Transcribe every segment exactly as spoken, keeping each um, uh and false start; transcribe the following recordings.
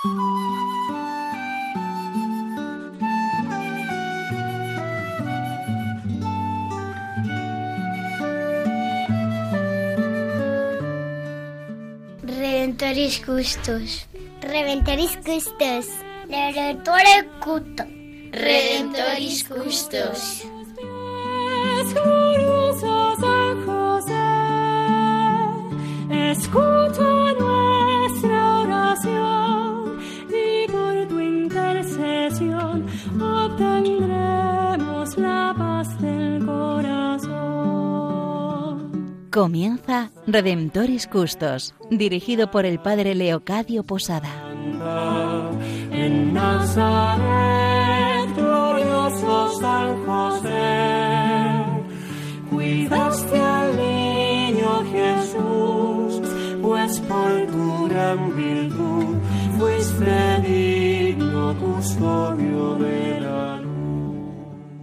Redentoris Custos. Redentoris Custos. Redentore Cuto. Redentoris Custos. Glorioso San José, escucha nuestra oración y por tu intercesión obtendremos la paz del corazón. Comienza Redentoris Custos, dirigido por el padre Leocadio Posada. En Nazaret, glorioso San José, cuidaste al niño Jesús, pues por tu gran virtud fuiste digno custodio de la luz.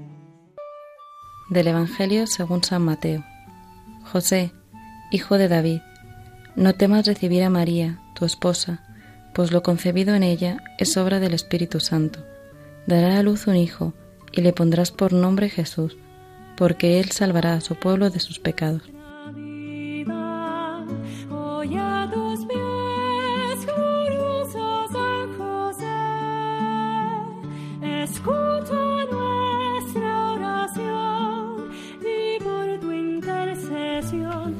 Del Evangelio según San Mateo. José, hijo de David, no temas recibir a María, tu esposa, pues lo concebido en ella es obra del Espíritu Santo. Dará a luz un hijo, y le pondrás por nombre Jesús, porque él salvará a su pueblo de sus pecados. Escucha nuestra oración y por tu intercesión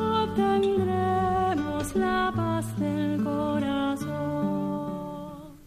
obtendremos la paz del corazón.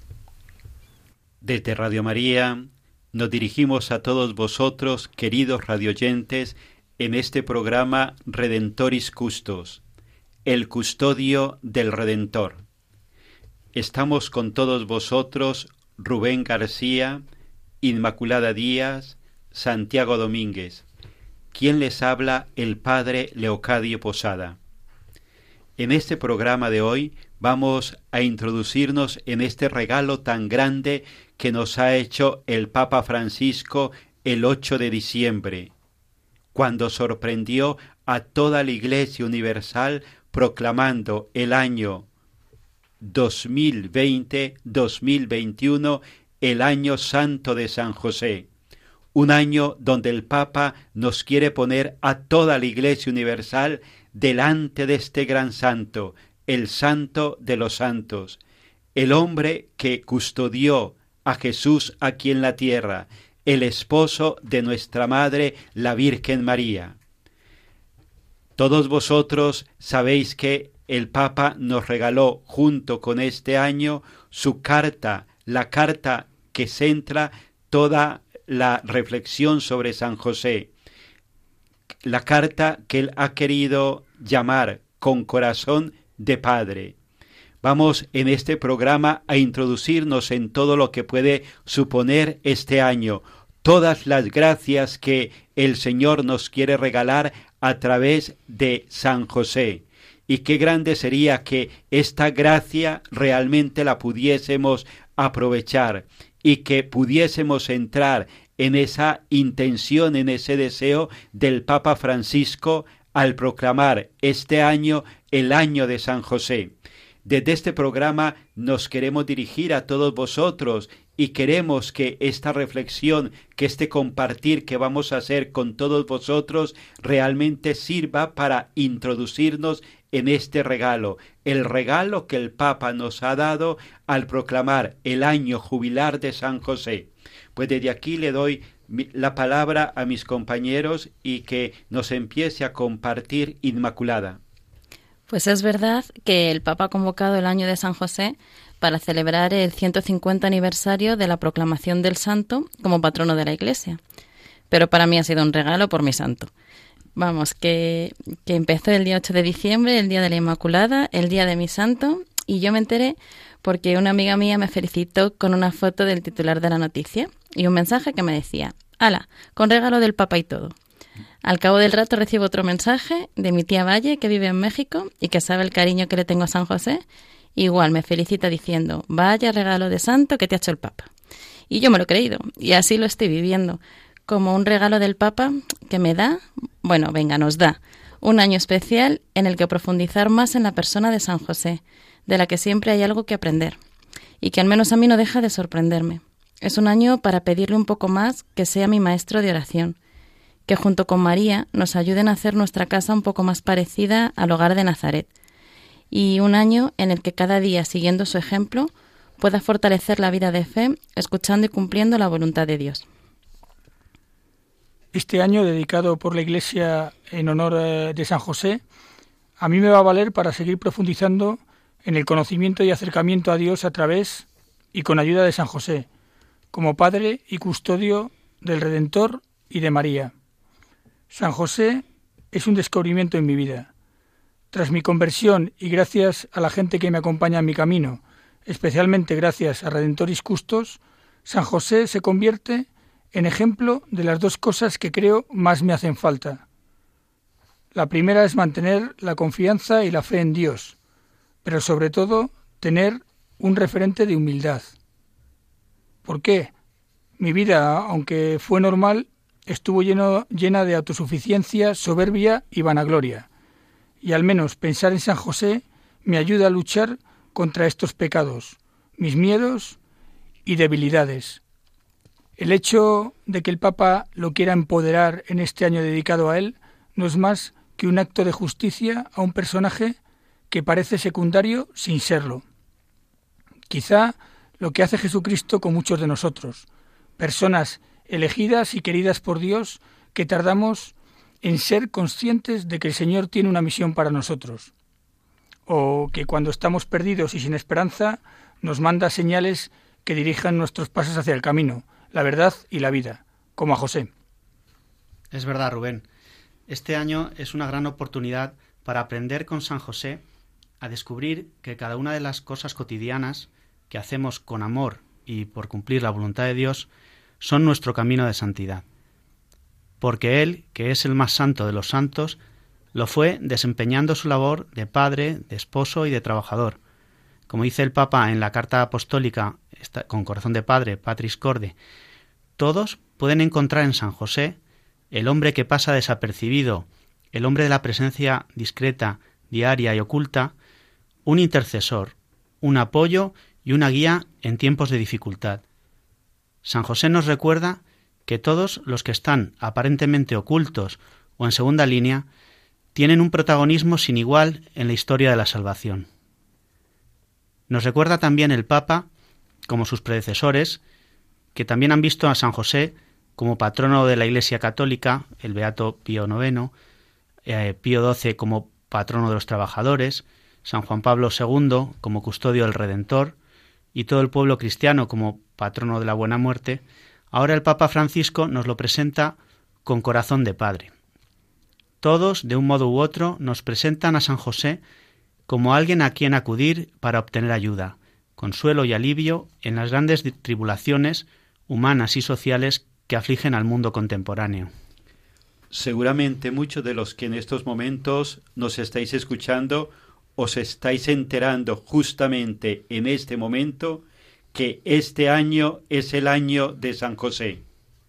Desde Radio María nos dirigimos a todos vosotros, queridos radioyentes, en este programa Redentoris Custos, el custodio del Redentor. Estamos con todos vosotros Rubén García, Inmaculada Díaz, Santiago Domínguez. ¿Quién les habla? El padre Leocadio Posada. En este programa de hoy vamos a introducirnos en este regalo tan grande que nos ha hecho el Papa Francisco el ocho de diciembre, cuando sorprendió a toda la Iglesia Universal proclamando el año dos mil veinte dos mil veintiuno el año santo de San José, un año donde el Papa nos quiere poner a toda la Iglesia Universal delante de este gran santo, el santo de los santos, el hombre que custodió a Jesús aquí en la tierra, el esposo de nuestra Madre, la Virgen María. Todos vosotros sabéis que el Papa nos regaló junto con este año su carta, la carta que centra toda la reflexión sobre San José, la carta que él ha querido llamar con corazón de padre. Vamos en este programa a introducirnos en todo lo que puede suponer este año, todas las gracias que el Señor nos quiere regalar a través de San José. Y qué grande sería que esta gracia realmente la pudiésemos aprovechar y que pudiésemos entrar en esa intención, en ese deseo del Papa Francisco al proclamar este año el año de San José. Desde este programa nos queremos dirigir a todos vosotros y queremos que esta reflexión, que este compartir que vamos a hacer con todos vosotros realmente sirva para introducirnos en este regalo, el regalo que el Papa nos ha dado al proclamar el año jubilar de San José. Pues desde aquí le doy la palabra a mis compañeros y que nos empiece a compartir Inmaculada. Pues es verdad que el Papa ha convocado el año de San José para celebrar el ciento cincuenta aniversario de la proclamación del santo como patrono de la Iglesia. Pero para mí ha sido un regalo por mi santo. Vamos, que, que empezó el día ocho de diciembre, el día de la Inmaculada, el día de mi santo, y yo me enteré porque una amiga mía me felicitó con una foto del titular de la noticia y un mensaje que me decía: «Hala, con regalo del Papa y todo». Al cabo del rato recibo otro mensaje de mi tía Valle, que vive en México y que sabe el cariño que le tengo a San José. Igual me felicita diciendo: «Vaya regalo de santo que te ha hecho el Papa». Y yo me lo he creído, y así lo estoy viviendo, como un regalo del Papa que me da, bueno, venga, nos da, un año especial en el que profundizar más en la persona de San José, de la que siempre hay algo que aprender. y que al menos a mí no deja de sorprenderme. Es un año para pedirle un poco más que sea mi maestro de oración, que junto con María nos ayuden a hacer nuestra casa un poco más parecida al hogar de Nazaret, y un año en el que cada día, siguiendo su ejemplo, pueda fortalecer la vida de fe, escuchando y cumpliendo la voluntad de Dios. Este año, dedicado por la Iglesia en honor de San José, a mí me va a valer para seguir profundizando en el conocimiento y acercamiento a Dios a través y con ayuda de San José, como padre y custodio del Redentor y de María. San José es un descubrimiento en mi vida. Tras mi conversión y gracias a la gente que me acompaña en mi camino, especialmente gracias a Redentoris Custos, San José se convierte en ejemplo de las dos cosas que creo más me hacen falta. La primera es mantener la confianza y la fe en Dios, pero sobre todo tener un referente de humildad. ¿Por qué? Mi vida, aunque fue normal, estuvo lleno, llena de autosuficiencia, soberbia y vanagloria, y al menos pensar en San José me ayuda a luchar contra estos pecados, mis miedos y debilidades. El hecho de que el Papa lo quiera empoderar en este año dedicado a él no es más que un acto de justicia a un personaje que parece secundario sin serlo. Quizá lo que hace Jesucristo con muchos de nosotros, personas elegidas y queridas por Dios que tardamos en ser conscientes de que el Señor tiene una misión para nosotros, o que cuando estamos perdidos y sin esperanza nos manda señales que dirijan nuestros pasos hacia el camino, la verdad y la vida, como a José. Es verdad, Rubén. Este año es una gran oportunidad para aprender con San José a descubrir que cada una de las cosas cotidianas que hacemos con amor y por cumplir la voluntad de Dios son nuestro camino de santidad. Porque Él, que es el más santo de los santos, lo fue desempeñando su labor de padre, de esposo y de trabajador. Como dice el Papa en la carta apostólica con corazón de padre, Patris Corde, todos pueden encontrar en San José el hombre que pasa desapercibido, el hombre de la presencia discreta, diaria y oculta, un intercesor, un apoyo y una guía en tiempos de dificultad. San José nos recuerda que todos los que están aparentemente ocultos o en segunda línea tienen un protagonismo sin igual en la historia de la salvación. Nos recuerda también el Papa, como sus predecesores, que también han visto a San José como patrono de la Iglesia Católica, el Beato Pío noveno, eh, Pío doce como patrono de los trabajadores, San Juan Pablo segundo como custodio del Redentor y todo el pueblo cristiano como patrono de la Buena Muerte. Ahora el Papa Francisco nos lo presenta con corazón de padre. Todos, de un modo u otro, nos presentan a San José como alguien a quien acudir para obtener ayuda, consuelo y alivio en las grandes tribulaciones humanas y sociales que afligen al mundo contemporáneo. Seguramente muchos de los que en estos momentos nos estáis escuchando os estáis enterando justamente en este momento que este año es el año de San José.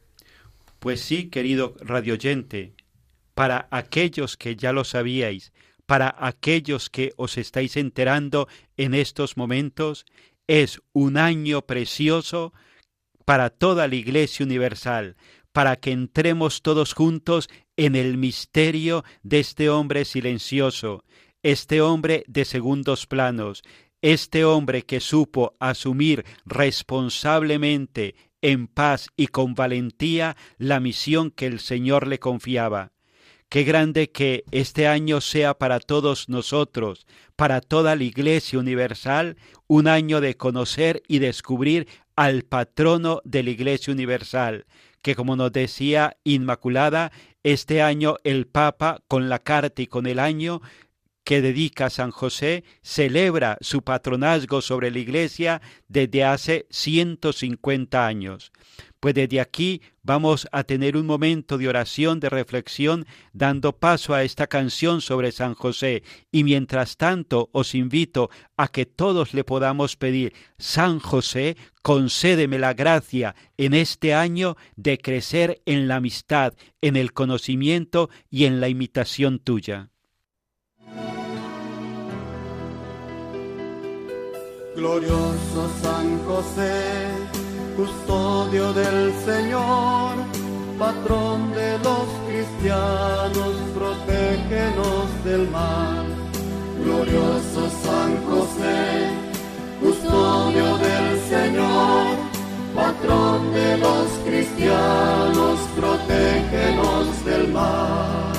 Pues sí, querido radioyente, para aquellos que ya lo sabíais, para aquellos que os estáis enterando en estos momentos, es un año precioso para toda la Iglesia Universal, para que entremos todos juntos en el misterio de este hombre silencioso, este hombre de segundos planos, este hombre que supo asumir responsablemente, en paz y con valentía, la misión que el Señor le confiaba. Qué grande que este año sea para todos nosotros, para toda la Iglesia Universal, un año de conocer y descubrir al patrono de la Iglesia Universal, que como nos decía Inmaculada, este año el Papa, con la carta y con el año que dedica a San José, celebra su patronazgo sobre la Iglesia desde hace ciento cincuenta años. Pues desde aquí vamos a tener un momento de oración, de reflexión, dando paso a esta canción sobre San José. Y mientras tanto os invito a que todos le podamos pedir: San José, concédeme la gracia en este año de crecer en la amistad, en el conocimiento y en la imitación tuya. Glorioso San José, custodio del Señor, patrón de los cristianos, protégenos del mal. Glorioso San José, custodio del Señor, patrón de los cristianos, protégenos del mal.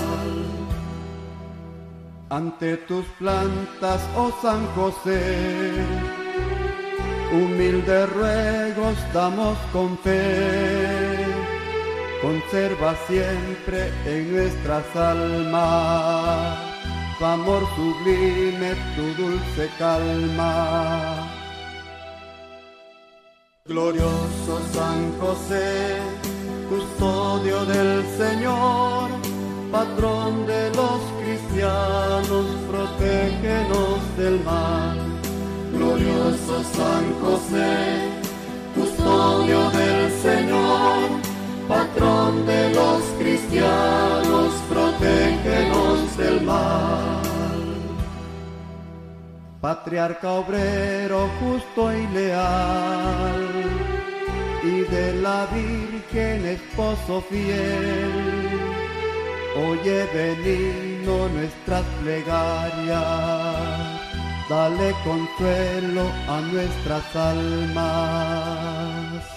Ante tus plantas, oh San José, humildes ruegos damos con fe. Conserva siempre en nuestras almas tu amor sublime, tu dulce calma. Glorioso San José, custodio del Señor, patrón de los cristianos, protégenos del mal. Glorioso San José, custodio del Señor, patrón de los cristianos, protégenos del mal. Patriarca obrero, justo y leal, y de la Virgen esposo fiel, oye benigno nuestras plegarias, dale consuelo a nuestras almas.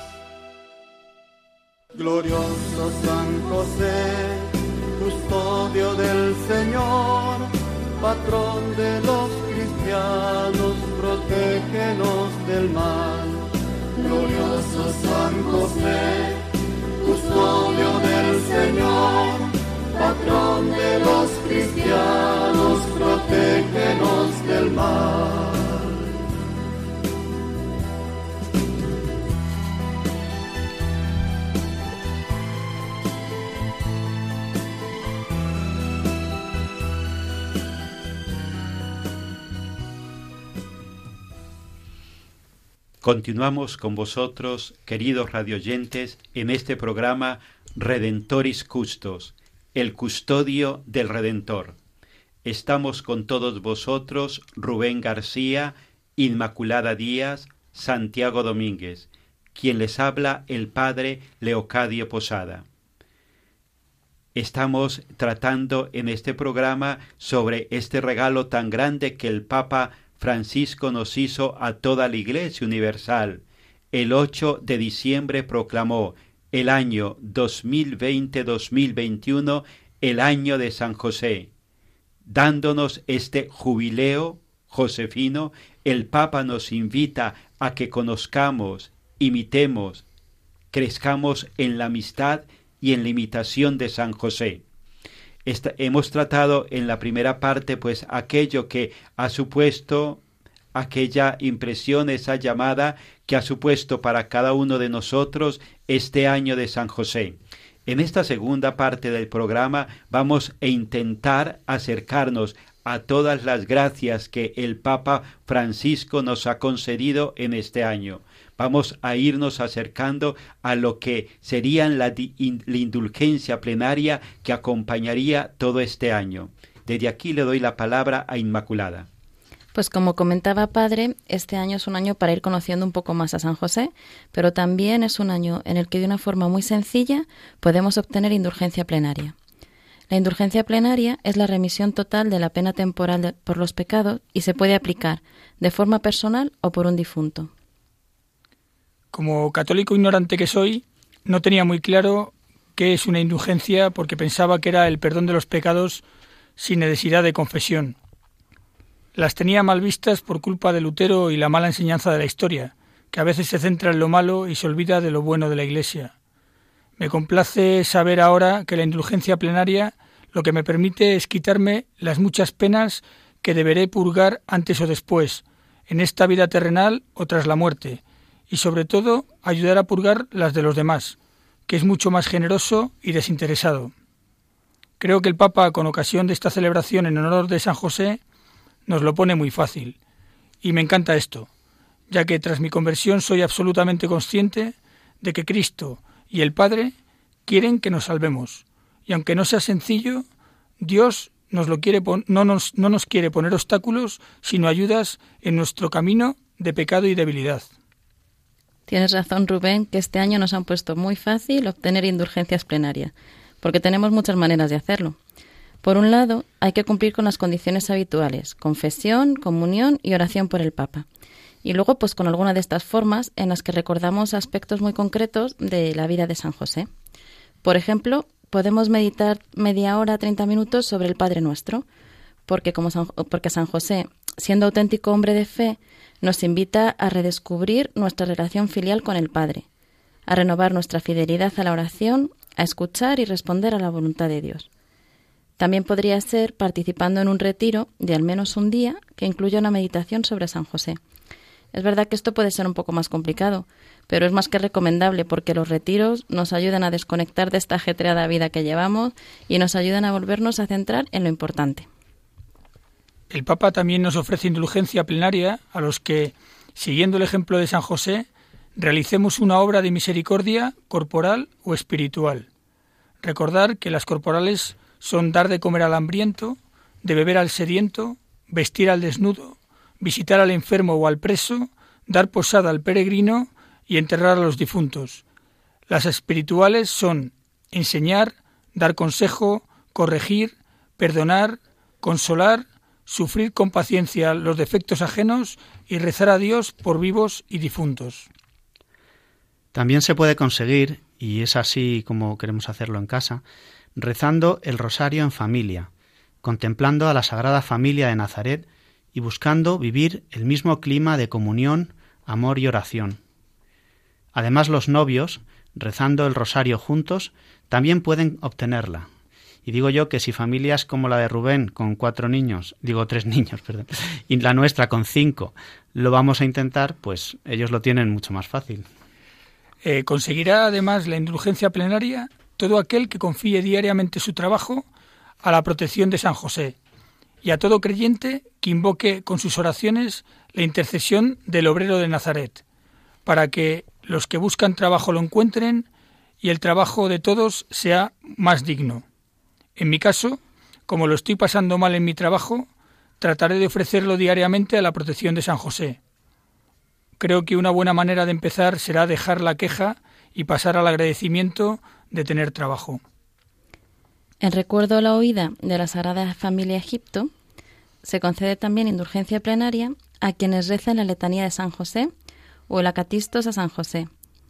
Glorioso San José, custodio del Señor, patrón de los cristianos, protégenos del mal. Glorioso San José, custodio del Señor, patrón de los cristianos, protégenos del mal. Continuamos con vosotros, queridos radioyentes, en este programa Redentoris Custos, el custodio del Redentor. Estamos con todos vosotros, Rubén García, Inmaculada Díaz, Santiago Domínguez, quien les habla el Padre Leocadio Posada. Estamos tratando en este programa sobre este regalo tan grande que el Papa Francisco nos hizo a toda la Iglesia Universal. El ocho de diciembre proclamó el año dos mil veinte dos mil veintiuno, el año de San José. Dándonos este jubileo josefino, el Papa nos invita a que conozcamos, imitemos, crezcamos en la amistad y en la imitación de San José. Esta, hemos tratado en la primera parte pues aquello que ha supuesto, aquella impresión, esa llamada que ha supuesto para cada uno de nosotros este año de San José. En esta segunda parte del programa vamos a intentar acercarnos a todas las gracias que el Papa Francisco nos ha concedido en este año. Vamos a irnos acercando a lo que serían la, la indulgencia plenaria que acompañaría todo este año. Desde aquí le doy la palabra a Inmaculada. Pues como comentaba Padre, este año es un año para ir conociendo un poco más a San José, pero también es un año en el que de una forma muy sencilla podemos obtener indulgencia plenaria. La indulgencia plenaria es la remisión total de la pena temporal de, por los pecados y se puede aplicar de forma personal o por un difunto. Como católico ignorante que soy, no tenía muy claro qué es una indulgencia porque pensaba que era el perdón de los pecados sin necesidad de confesión. Las tenía mal vistas por culpa de Lutero y la mala enseñanza de la historia, que a veces se centra en lo malo y se olvida de lo bueno de la Iglesia. Me complace saber ahora que la indulgencia plenaria lo que me permite es quitarme las muchas penas que deberé purgar antes o después, en esta vida terrenal o tras la muerte, y sobre todo ayudar a purgar las de los demás, que es mucho más generoso y desinteresado. Creo que el Papa, con ocasión de esta celebración en honor de San José, nos lo pone muy fácil. Y me encanta esto, ya que tras mi conversión soy absolutamente consciente de que Cristo y el Padre quieren que nos salvemos. Y aunque no sea sencillo, Dios nos lo quiere pon- no, nos, no nos quiere poner obstáculos, sino ayudas en nuestro camino de pecado y debilidad. Tienes razón, Rubén, que este año nos han puesto muy fácil obtener indulgencias plenarias, porque tenemos muchas maneras de hacerlo. Por un lado, hay que cumplir con las condiciones habituales, confesión, comunión y oración por el Papa. Y luego, pues con alguna de estas formas en las que recordamos aspectos muy concretos de la vida de San José. Por ejemplo, podemos meditar media hora, treinta minutos sobre el Padre Nuestro, porque, como San, porque San José, siendo auténtico hombre de fe, nos invita a redescubrir nuestra relación filial con el Padre, a renovar nuestra fidelidad a la oración, a escuchar y responder a la voluntad de Dios. También podría ser participando en un retiro de al menos un día que incluya una meditación sobre San José. Es verdad que esto puede ser un poco más complicado, pero es más que recomendable porque los retiros nos ayudan a desconectar de esta ajetreada vida que llevamos y nos ayudan a volvernos a centrar en lo importante. El Papa también nos ofrece indulgencia plenaria a los que, siguiendo el ejemplo de San José, realicemos una obra de misericordia corporal o espiritual. Recordar que las corporales son dar de comer al hambriento, de beber al sediento, vestir al desnudo, visitar al enfermo o al preso, dar posada al peregrino y enterrar a los difuntos. Las espirituales son enseñar, dar consejo, corregir, perdonar, consolar, sufrir con paciencia los defectos ajenos y rezar a Dios por vivos y difuntos. También se puede conseguir, y es así como queremos hacerlo en casa, rezando el rosario en familia, contemplando a la Sagrada Familia de Nazaret y buscando vivir el mismo clima de comunión, amor y oración. Además, los novios, rezando el rosario juntos, también pueden obtenerla. Y digo yo que si familias como la de Rubén, con cuatro niños, digo tres niños, perdón, y la nuestra con cinco, lo vamos a intentar, pues ellos lo tienen mucho más fácil. Eh, conseguirá además la indulgencia plenaria todo aquel que confíe diariamente su trabajo a la protección de San José, y a todo creyente que invoque con sus oraciones la intercesión del obrero de Nazaret, para que los que buscan trabajo lo encuentren y el trabajo de todos sea más digno. En mi caso, como lo estoy pasando mal en mi trabajo, trataré de ofrecerlo diariamente a la protección de San José. Creo que una buena manera de empezar será dejar la queja y pasar al agradecimiento de tener trabajo. En recuerdo a la oída de la Sagrada Familia Egipto, se concede también indulgencia plenaria a quienes rezan la letanía de San José o el acatistos a San José,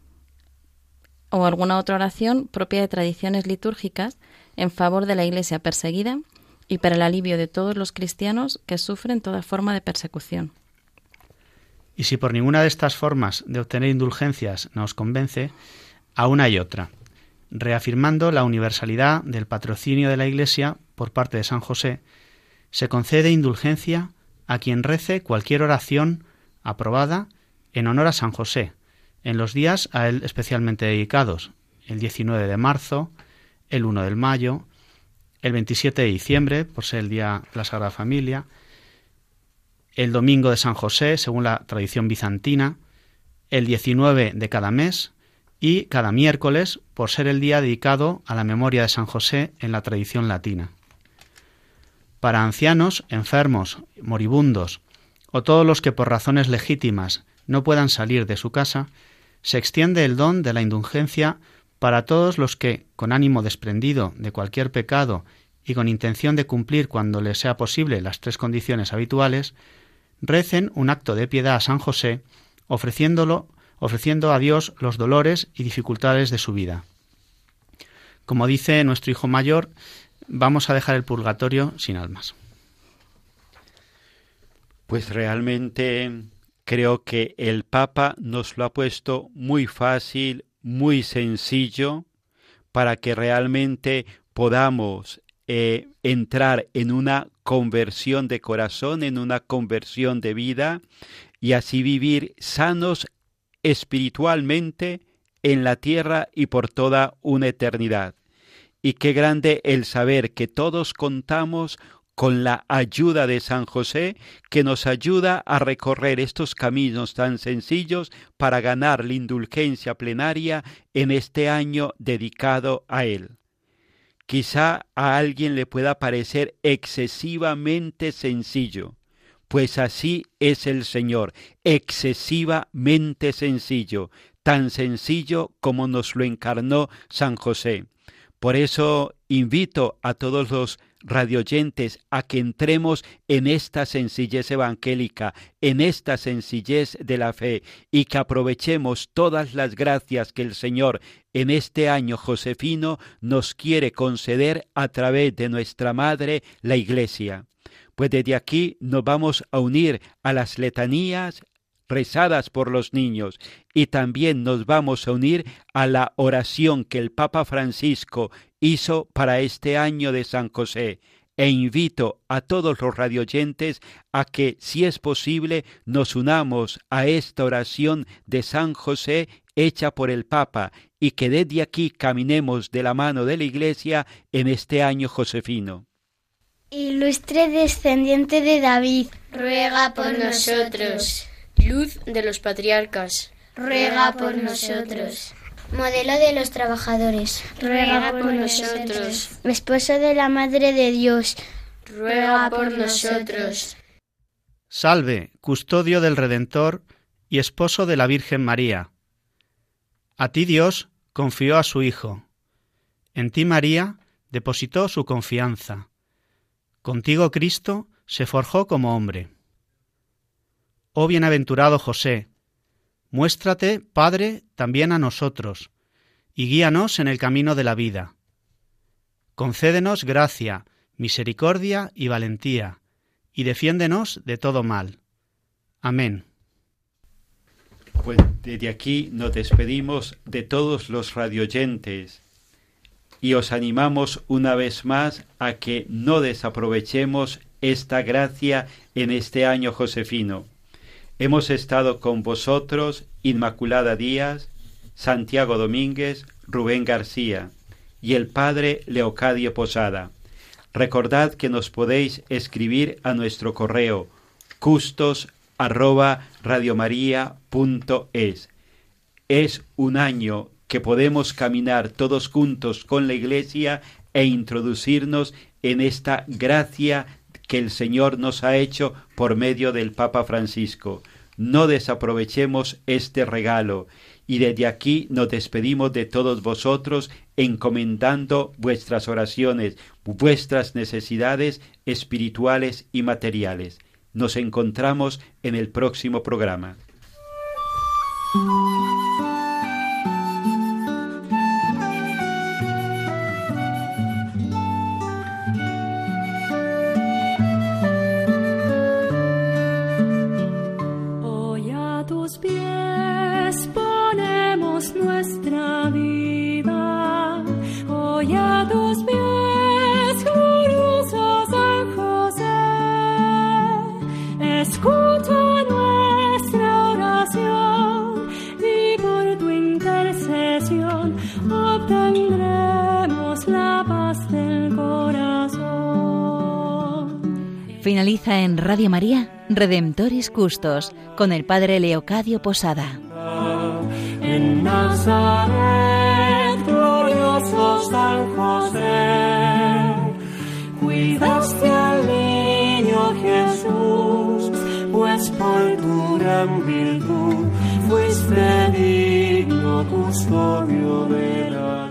o alguna otra oración propia de tradiciones litúrgicas en favor de la Iglesia perseguida y para el alivio de todos los cristianos que sufren toda forma de persecución. Y si por ninguna de estas formas de obtener indulgencias nos convence, aún hay otra, reafirmando la universalidad del patrocinio de la Iglesia por parte de San José, se concede indulgencia a quien rece cualquier oración aprobada en honor a San José, en los días a él especialmente dedicados, el diecinueve de marzo, el uno de mayo, el veintisiete de diciembre, por ser el Día de la Sagrada Familia, el domingo de San José, según la tradición bizantina, el diecinueve de cada mes y cada miércoles, por ser el día dedicado a la memoria de San José en la tradición latina. Para ancianos, enfermos, moribundos o todos los que por razones legítimas no puedan salir de su casa, se extiende el don de la indulgencia para todos los que, con ánimo desprendido de cualquier pecado y con intención de cumplir cuando les sea posible las tres condiciones habituales, recen un acto de piedad a San José, ofreciéndolo, ofreciendo a Dios los dolores y dificultades de su vida. Como dice nuestro hijo mayor, vamos a dejar el purgatorio sin almas. Pues realmente creo que el Papa nos lo ha puesto muy fácil, muy sencillo, para que realmente podamos eh, entrar en una conversión de corazón, en una conversión de vida, y así vivir sanos espiritualmente en la tierra y por toda una eternidad. Y qué grande el saber que todos contamos con la ayuda de San José, que nos ayuda a recorrer estos caminos tan sencillos para ganar la indulgencia plenaria en este año dedicado a él. Quizá a alguien le pueda parecer excesivamente sencillo, pues así es el Señor, excesivamente sencillo, tan sencillo como nos lo encarnó San José. Por eso invito a todos los radioyentes a que entremos en esta sencillez evangélica, en esta sencillez de la fe, y que aprovechemos todas las gracias que el Señor en este año josefino nos quiere conceder a través de nuestra Madre, la Iglesia. Pues desde aquí nos vamos a unir a las letanías rezadas por los niños, y también nos vamos a unir a la oración que el Papa Francisco hizo para este año de San José, e invito a todos los radioyentes a que, si es posible, nos unamos a esta oración de San José hecha por el Papa, y que desde aquí caminemos de la mano de la Iglesia en este año josefino. Ilustre descendiente de David, ruega por nosotros. Luz de los patriarcas, ruega por nosotros. Modelo de los trabajadores, ruega por nosotros. Esposo de la Madre de Dios, ruega por nosotros. Salve, custodio del Redentor y esposo de la Virgen María. A ti Dios confió a su Hijo. En ti María depositó su confianza. Contigo Cristo se forjó como hombre. Oh bienaventurado José, muéstrate, Padre, también a nosotros, y guíanos en el camino de la vida. Concédenos gracia, misericordia y valentía, y defiéndenos de todo mal. Amén. Pues desde aquí nos despedimos de todos los radioyentes y os animamos una vez más a que no desaprovechemos esta gracia en este año josefino. Hemos estado con vosotros Inmaculada Díaz, Santiago Domínguez, Rubén García y el Padre Leocadio Posada. Recordad que nos podéis escribir a nuestro correo custos arroba radiomaria punto es. Es un año que podemos caminar todos juntos con la Iglesia e introducirnos en esta gracia que el Señor nos ha hecho por medio del Papa Francisco. No desaprovechemos este regalo, y desde aquí nos despedimos de todos vosotros encomendando vuestras oraciones, vuestras necesidades espirituales y materiales. Nos encontramos en el próximo programa. Nuestra vida, hoy a tus pies, glorioso San José, escucha nuestra oración y por tu intercesión obtendremos la paz del corazón. Finaliza en Radio María Redemptoris Custos con el Padre Leocadio Posada. En Nazaret, glorioso San José, cuidaste al niño Jesús, pues por tu gran virtud fuiste digno custodio de la